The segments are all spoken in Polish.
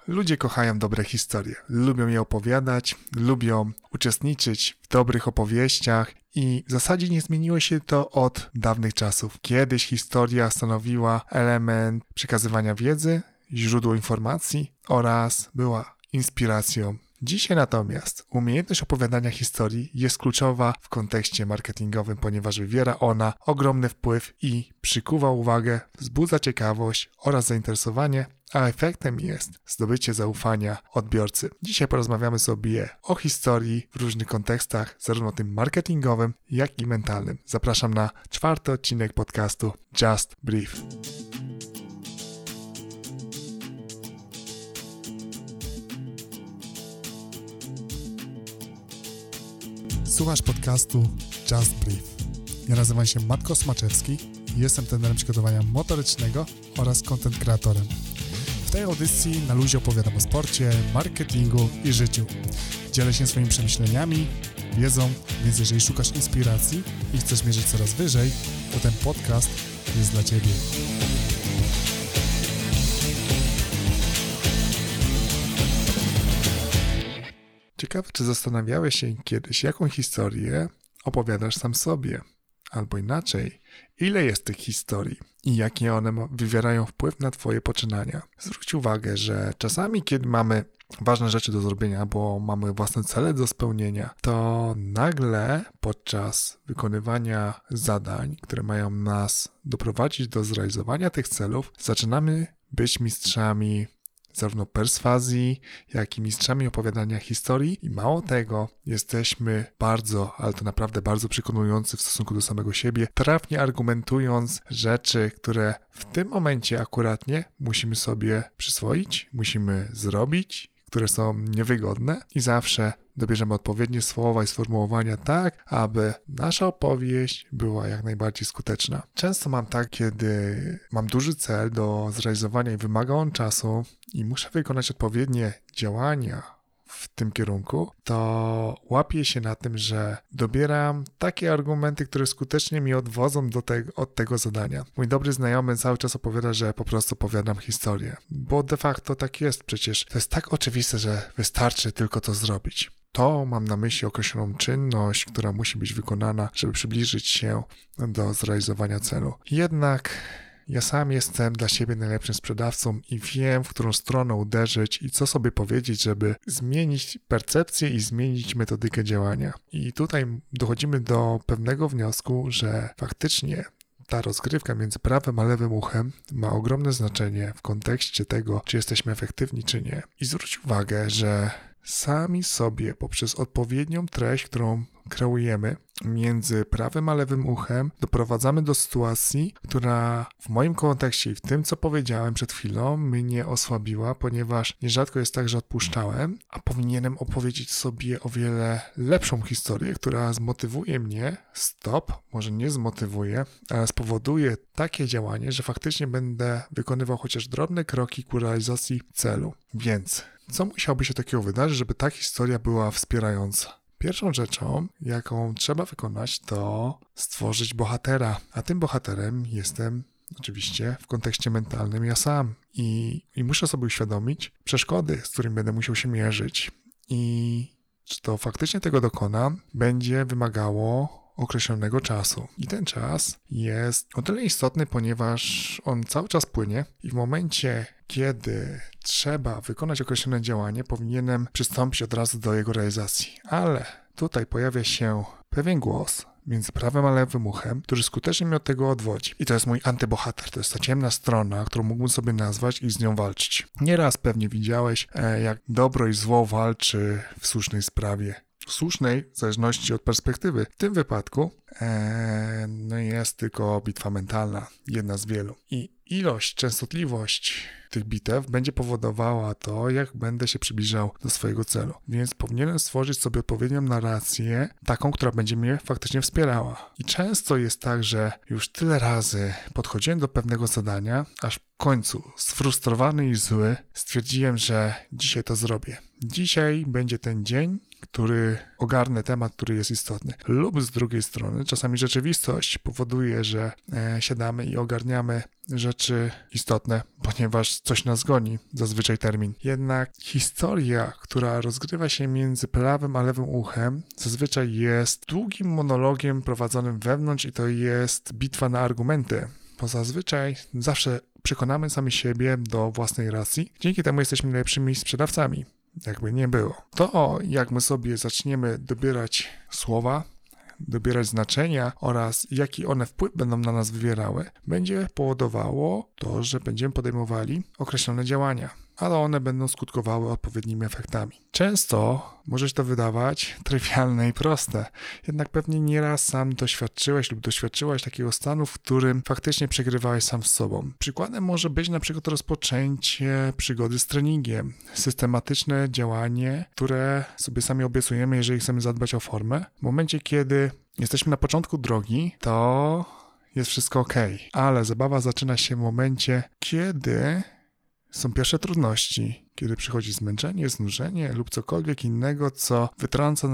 Ludzie kochają dobre historie, lubią je opowiadać, lubią uczestniczyć w dobrych opowieściach i w zasadzie nie zmieniło się to od dawnych czasów. Kiedyś historia stanowiła element przekazywania wiedzy, źródło informacji oraz była inspiracją. Dzisiaj natomiast umiejętność opowiadania historii jest kluczowa w kontekście marketingowym, ponieważ wywiera ona ogromny wpływ i przykuwa uwagę, wzbudza ciekawość oraz zainteresowanie, a efektem jest zdobycie zaufania odbiorcy. Dzisiaj porozmawiamy sobie o historii w różnych kontekstach, zarówno tym marketingowym, jak i mentalnym. Zapraszam na 4. odcinek podcastu Just Brief. Słuchasz podcastu Just Brief. Ja nazywam się Matko Smaczewski i jestem trenerem przygotowania motorycznego oraz content kreatorem. W tej audycji na luzie opowiadam o sporcie, marketingu i życiu. Dzielę się swoimi przemyśleniami, wiedzą, więc jeżeli szukasz inspiracji i chcesz mierzyć coraz wyżej, to ten podcast jest dla Ciebie. Ciekawe, czy zastanawiałeś się kiedyś, jaką historię opowiadasz sam sobie? Albo inaczej, ile jest tych historii i jakie one wywierają wpływ na Twoje poczynania? Zwróć uwagę, że czasami, kiedy mamy ważne rzeczy do zrobienia, bo mamy własne cele do spełnienia, to nagle podczas wykonywania zadań, które mają nas doprowadzić do zrealizowania tych celów, zaczynamy być mistrzami zarówno perswazji, jak i mistrzami opowiadania historii i mało tego, jesteśmy bardzo, ale to naprawdę bardzo przekonujący w stosunku do samego siebie, trafnie argumentując rzeczy, które w tym momencie akuratnie musimy sobie przyswoić, musimy zrobić, które są niewygodne i zawsze dobierzemy odpowiednie słowa i sformułowania tak, aby nasza opowieść była jak najbardziej skuteczna. Często mam tak, kiedy mam duży cel do zrealizowania i wymaga on czasu i muszę wykonać odpowiednie działania w tym kierunku, to łapię się na tym, że dobieram takie argumenty, które skutecznie mnie odwodzą od tego zadania. Mój dobry znajomy cały czas opowiada, że po prostu opowiadam historię, bo de facto tak jest przecież. To jest tak oczywiste, że wystarczy tylko to zrobić. To mam na myśli określoną czynność, która musi być wykonana, żeby przybliżyć się do zrealizowania celu. Jednak ja sam jestem dla siebie najlepszym sprzedawcą i wiem, w którą stronę uderzyć i co sobie powiedzieć, żeby zmienić percepcję i zmienić metodykę działania. I tutaj dochodzimy do pewnego wniosku, że faktycznie ta rozgrywka między prawym a lewym uchem ma ogromne znaczenie w kontekście tego, czy jesteśmy efektywni, czy nie. I zwróć uwagę, że sami sobie poprzez odpowiednią treść, którą kreujemy między prawym a lewym uchem, doprowadzamy do sytuacji, która w moim kontekście i w tym, co powiedziałem przed chwilą, mnie osłabiła, ponieważ nierzadko jest tak, że odpuszczałem, a powinienem opowiedzieć sobie o wiele lepszą historię, która zmotywuje mnie, może nie zmotywuje, ale spowoduje takie działanie, że faktycznie będę wykonywał chociaż drobne kroki ku realizacji celu. Więc co musiałoby się takiego wydarzyć, żeby ta historia była wspierająca? Pierwszą rzeczą, jaką trzeba wykonać, to stworzyć bohatera, a tym bohaterem jestem oczywiście w kontekście mentalnym ja sam i muszę sobie uświadomić przeszkody, z którymi będę musiał się mierzyć i czy to faktycznie tego dokonam, będzie wymagało określonego czasu. I ten czas jest o tyle istotny, ponieważ on cały czas płynie i w momencie, kiedy trzeba wykonać określone działanie, powinienem przystąpić od razu do jego realizacji. Ale tutaj pojawia się pewien głos między prawym a lewym uchem, który skutecznie mnie od tego odwodzi. I to jest mój antybohater, to jest ta ciemna strona, którą mógłbym sobie nazwać i z nią walczyć. Nieraz pewnie widziałeś, jak dobro i zło walczy w słusznej sprawie. Słusznej, w zależności od perspektywy. W tym wypadku jest tylko bitwa mentalna, jedna z wielu. I ilość, częstotliwość tych bitew będzie powodowała to, jak będę się przybliżał do swojego celu. Więc powinienem stworzyć sobie odpowiednią narrację, taką, która będzie mnie faktycznie wspierała. I często jest tak, że już tyle razy podchodziłem do pewnego zadania, aż w końcu, sfrustrowany i zły, stwierdziłem, że dzisiaj to zrobię. Dzisiaj będzie ten dzień, ogarnę temat, który jest istotny. Lub z drugiej strony, czasami rzeczywistość powoduje, że siadamy i ogarniamy rzeczy istotne, ponieważ coś nas goni, zazwyczaj termin. Jednak historia, która rozgrywa się między prawym a lewym uchem, zazwyczaj jest długim monologiem prowadzonym wewnątrz i to jest bitwa na argumenty. Bo zazwyczaj zawsze przekonamy sami siebie do własnej racji. Dzięki temu jesteśmy najlepszymi sprzedawcami. Jakby nie było. To, jak my sobie zaczniemy dobierać słowa, dobierać znaczenia oraz jaki one wpływ będą na nas wywierały, będzie powodowało to, że będziemy podejmowali określone działania, ale one będą skutkowały odpowiednimi efektami. Często może się to wydawać trywialne i proste, jednak pewnie nieraz sam doświadczyłeś lub doświadczyłaś takiego stanu, w którym faktycznie przegrywałeś sam z sobą. Przykładem może być na przykład rozpoczęcie przygody z treningiem, systematyczne działanie, które sobie sami obiecujemy, jeżeli chcemy zadbać o formę. W momencie, kiedy jesteśmy na początku drogi, to jest wszystko ok, ale zabawa zaczyna się w momencie, kiedy są pierwsze trudności, kiedy przychodzi zmęczenie, znużenie lub cokolwiek innego, co wytrąca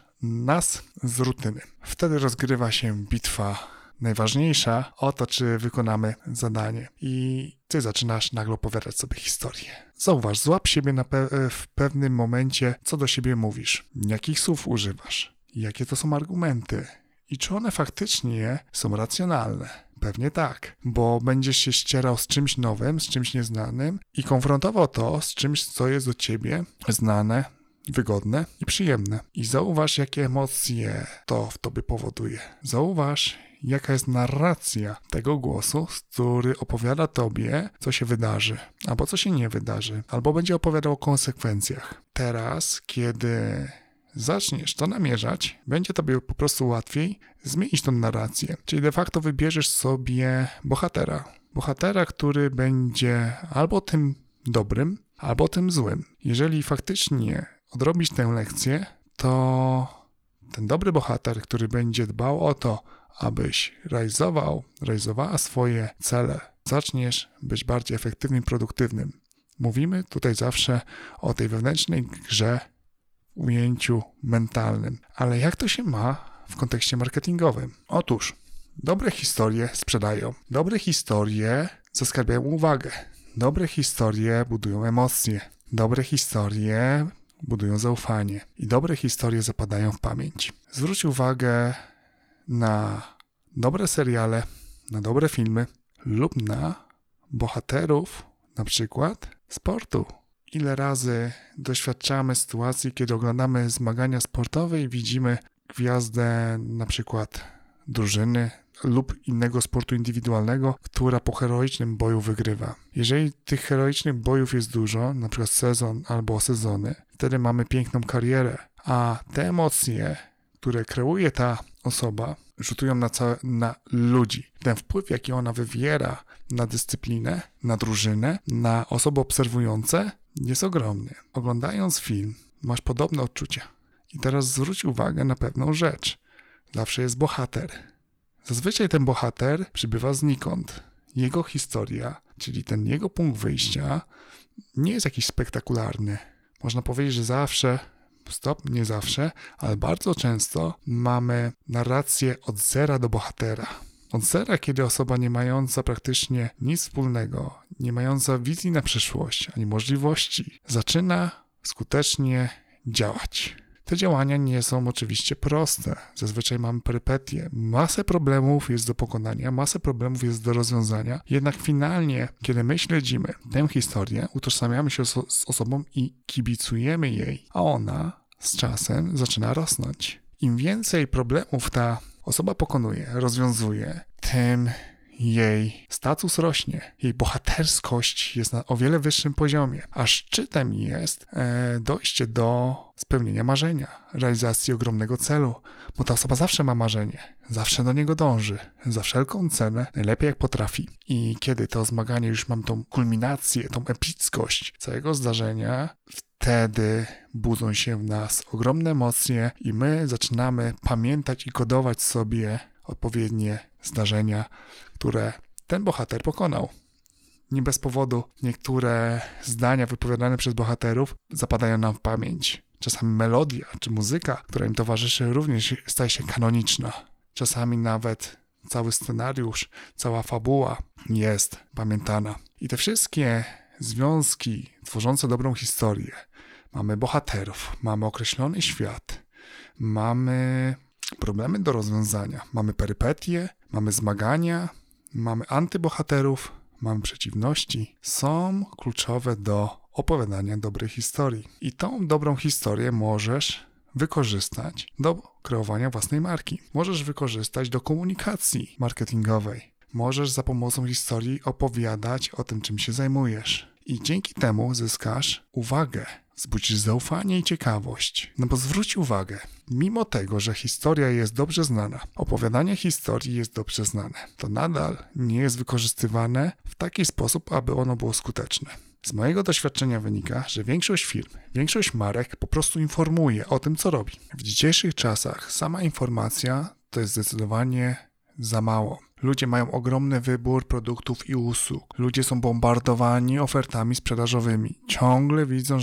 nas z rutyny. Wtedy rozgrywa się bitwa najważniejsza o to, czy wykonamy zadanie. I ty zaczynasz nagle opowiadać sobie historię. Zauważ, złap siebie w pewnym momencie, co do siebie mówisz, jakich słów używasz, jakie to są argumenty i czy one faktycznie są racjonalne. Pewnie tak, bo będziesz się ścierał z czymś nowym, z czymś nieznanym i konfrontował to z czymś, co jest do ciebie znane, wygodne i przyjemne. I zauważ, jakie emocje to w tobie powoduje. Zauważ, jaka jest narracja tego głosu, który opowiada tobie, co się wydarzy, albo co się nie wydarzy, albo będzie opowiadał o konsekwencjach. Teraz, kiedy zaczniesz to namierzać, będzie tobie po prostu łatwiej zmienić tą narrację. Czyli de facto wybierzesz sobie bohatera, który będzie albo tym dobrym, albo tym złym. Jeżeli faktycznie odrobisz tę lekcję, to ten dobry bohater, który będzie dbał o to, abyś realizowała swoje cele, zaczniesz być bardziej efektywnym, produktywnym. Mówimy tutaj zawsze o tej wewnętrznej grze w ujęciu mentalnym. Ale jak to się ma w kontekście marketingowym? Otóż dobre historie sprzedają. Dobre historie zaskarbiają uwagę. Dobre historie budują emocje. Dobre historie budują zaufanie. I dobre historie zapadają w pamięć. Zwróć uwagę na dobre seriale, na dobre filmy lub na bohaterów, na przykład sportu. Ile razy doświadczamy sytuacji, kiedy oglądamy zmagania sportowe i widzimy gwiazdę na przykład drużyny lub innego sportu indywidualnego, która po heroicznym boju wygrywa. Jeżeli tych heroicznych bojów jest dużo, na przykład sezon albo sezony, wtedy mamy piękną karierę, a te emocje, które kreuje ta osoba, rzutują na ludzi. Ten wpływ, jaki ona wywiera na dyscyplinę, na drużynę, na osoby obserwujące, jest ogromny. Oglądając film, masz podobne odczucia. I teraz zwróć uwagę na pewną rzecz. Zawsze jest bohater. Zazwyczaj ten bohater przybywa znikąd. Jego historia, czyli ten jego punkt wyjścia, nie jest jakiś spektakularny. Można powiedzieć, że nie zawsze, ale bardzo często mamy narrację od zera do bohatera. Od zera, kiedy osoba nie mająca praktycznie nic wspólnego, nie mająca wizji na przyszłość, ani możliwości, zaczyna skutecznie działać. Te działania nie są oczywiście proste. Zazwyczaj mamy perypetie. Masę problemów jest do pokonania, masę problemów jest do rozwiązania. Jednak finalnie, kiedy my śledzimy tę historię, utożsamiamy się z osobą i kibicujemy jej, a ona z czasem zaczyna rosnąć. Im więcej problemów ta osoba pokonuje, rozwiązuje, tym jej status rośnie, jej bohaterskość jest na o wiele wyższym poziomie, a szczytem jest dojście do spełnienia marzenia, realizacji ogromnego celu, bo ta osoba zawsze ma marzenie, zawsze do niego dąży, za wszelką cenę, najlepiej jak potrafi. I kiedy to zmaganie już mam tą kulminację, tą epickość całego zdarzenia, wtedy budzą się w nas ogromne emocje i my zaczynamy pamiętać i kodować sobie odpowiednie zdarzenia, które ten bohater pokonał. Nie bez powodu niektóre zdania wypowiadane przez bohaterów zapadają nam w pamięć. Czasami melodia czy muzyka, która im towarzyszy, również staje się kanoniczna. Czasami nawet cały scenariusz, cała fabuła jest pamiętana. I te wszystkie związki tworzące dobrą historię. Mamy bohaterów, mamy określony świat, mamy problemy do rozwiązania, mamy perypetie, mamy zmagania, mamy antybohaterów, mamy przeciwności. Są kluczowe do opowiadania dobrej historii. I tą dobrą historię możesz wykorzystać do kreowania własnej marki. Możesz wykorzystać do komunikacji marketingowej. Możesz za pomocą historii opowiadać o tym, czym się zajmujesz. I dzięki temu zyskasz uwagę, wzbudzisz zaufanie i ciekawość. No bo zwróć uwagę, mimo tego, że historia jest dobrze znana, opowiadanie historii jest dobrze znane, to nadal nie jest wykorzystywane w taki sposób, aby ono było skuteczne. Z mojego doświadczenia wynika, że większość firm, większość marek po prostu informuje o tym, co robi. W dzisiejszych czasach sama informacja to jest zdecydowanie za mało. Ludzie mają ogromny wybór produktów i usług. Ludzie są bombardowani ofertami sprzedażowymi. Ciągle widzą,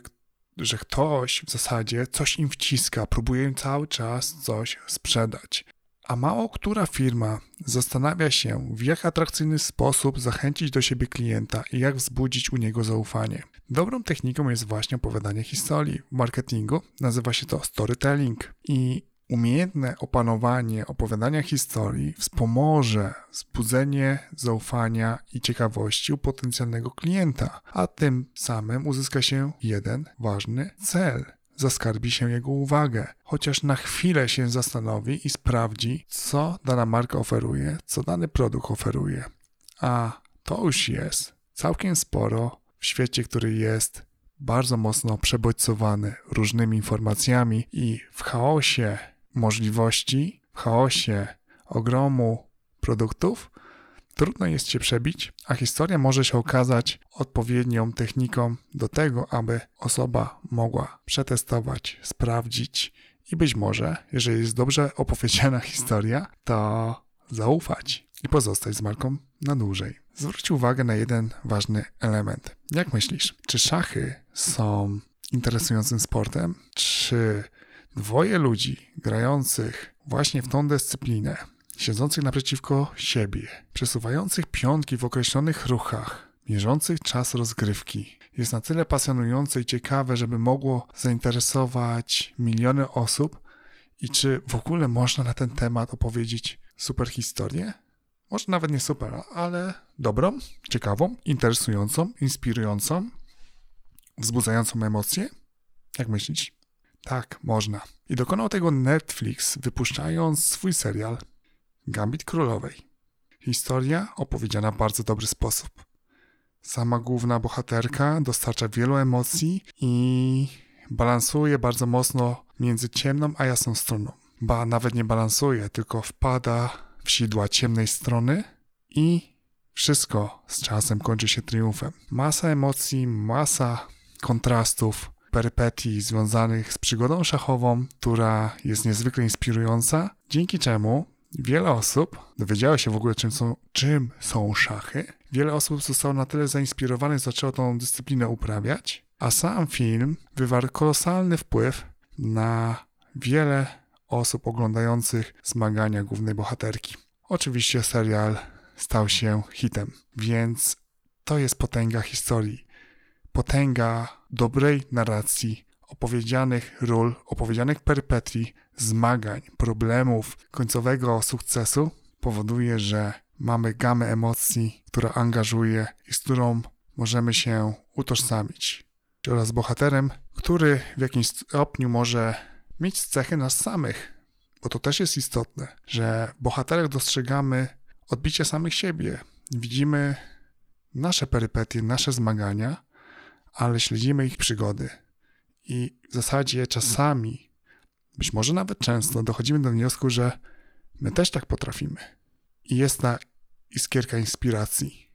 że ktoś w zasadzie coś im wciska, próbuje im cały czas coś sprzedać. A mało która firma zastanawia się, w jak atrakcyjny sposób zachęcić do siebie klienta i jak wzbudzić u niego zaufanie. Dobrą techniką jest właśnie opowiadanie historii. W marketingu nazywa się to storytelling i umiejętne opanowanie opowiadania historii wspomoże wzbudzenie zaufania i ciekawości u potencjalnego klienta, a tym samym uzyska się jeden ważny cel. Zaskarbi się jego uwagę, chociaż na chwilę się zastanowi i sprawdzi, co dana marka oferuje, co dany produkt oferuje. A to już jest całkiem sporo w świecie, który jest bardzo mocno przebodźcowany różnymi informacjami i w chaosie możliwości, w chaosie ogromu produktów trudno jest się przebić, a historia może się okazać odpowiednią techniką do tego, aby osoba mogła przetestować, sprawdzić i być może, jeżeli jest dobrze opowiedziana historia, to zaufać i pozostać z marką na dłużej. Zwróć uwagę na jeden ważny element. Jak myślisz, czy szachy są interesującym sportem? Czy dwoje ludzi grających właśnie w tą dyscyplinę, siedzących naprzeciwko siebie, przesuwających pionki w określonych ruchach, mierzących czas rozgrywki, jest na tyle pasjonujące i ciekawe, żeby mogło zainteresować miliony osób i czy w ogóle można na ten temat opowiedzieć super historię? Może nawet nie super, ale dobrą, ciekawą, interesującą, inspirującą, wzbudzającą emocje? Jak myślisz? Tak, można. I dokonał tego Netflix, wypuszczając swój serial Gambit Królowej. Historia opowiedziana w bardzo dobry sposób. Sama główna bohaterka dostarcza wielu emocji i balansuje bardzo mocno między ciemną a jasną stroną. Ba, nawet nie balansuje, tylko wpada w sidła ciemnej strony i wszystko z czasem kończy się triumfem. Masa emocji, masa kontrastów, perypetii związanych z przygodą szachową, która jest niezwykle inspirująca, dzięki czemu wiele osób dowiedziało się w ogóle, czym są szachy. Wiele osób zostało na tyle zainspirowanych, zaczęło tą dyscyplinę uprawiać, a sam film wywarł kolosalny wpływ na wiele osób oglądających zmagania głównej bohaterki. Oczywiście serial stał się hitem, więc to jest potęga historii. Potęga dobrej narracji, opowiedzianych ról, opowiedzianych perypetii, zmagań, problemów, końcowego sukcesu powoduje, że mamy gamę emocji, która angażuje i z którą możemy się utożsamić. Oraz bohaterem, który w jakimś stopniu może mieć cechy nas samych, bo to też jest istotne, że w bohaterach dostrzegamy odbicie samych siebie. Widzimy nasze perypetie, nasze zmagania, ale śledzimy ich przygody. I w zasadzie czasami, być może nawet często, dochodzimy do wniosku, że my też tak potrafimy. I jest ta iskierka inspiracji.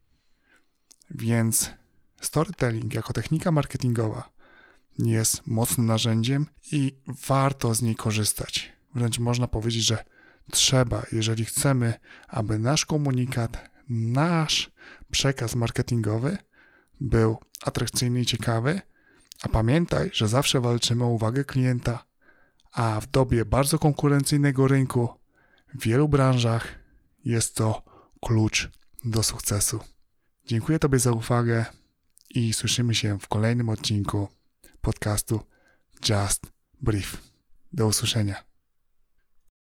Więc storytelling jako technika marketingowa jest mocnym narzędziem i warto z niej korzystać. Wręcz można powiedzieć, że trzeba, jeżeli chcemy, aby nasz komunikat, nasz przekaz marketingowy był atrakcyjny i ciekawy, A pamiętaj, że zawsze walczymy o uwagę klienta, a w dobie bardzo konkurencyjnego rynku w wielu branżach jest to klucz do sukcesu. Dziękuję Tobie za uwagę i słyszymy się w kolejnym odcinku podcastu Just Brief. Do usłyszenia.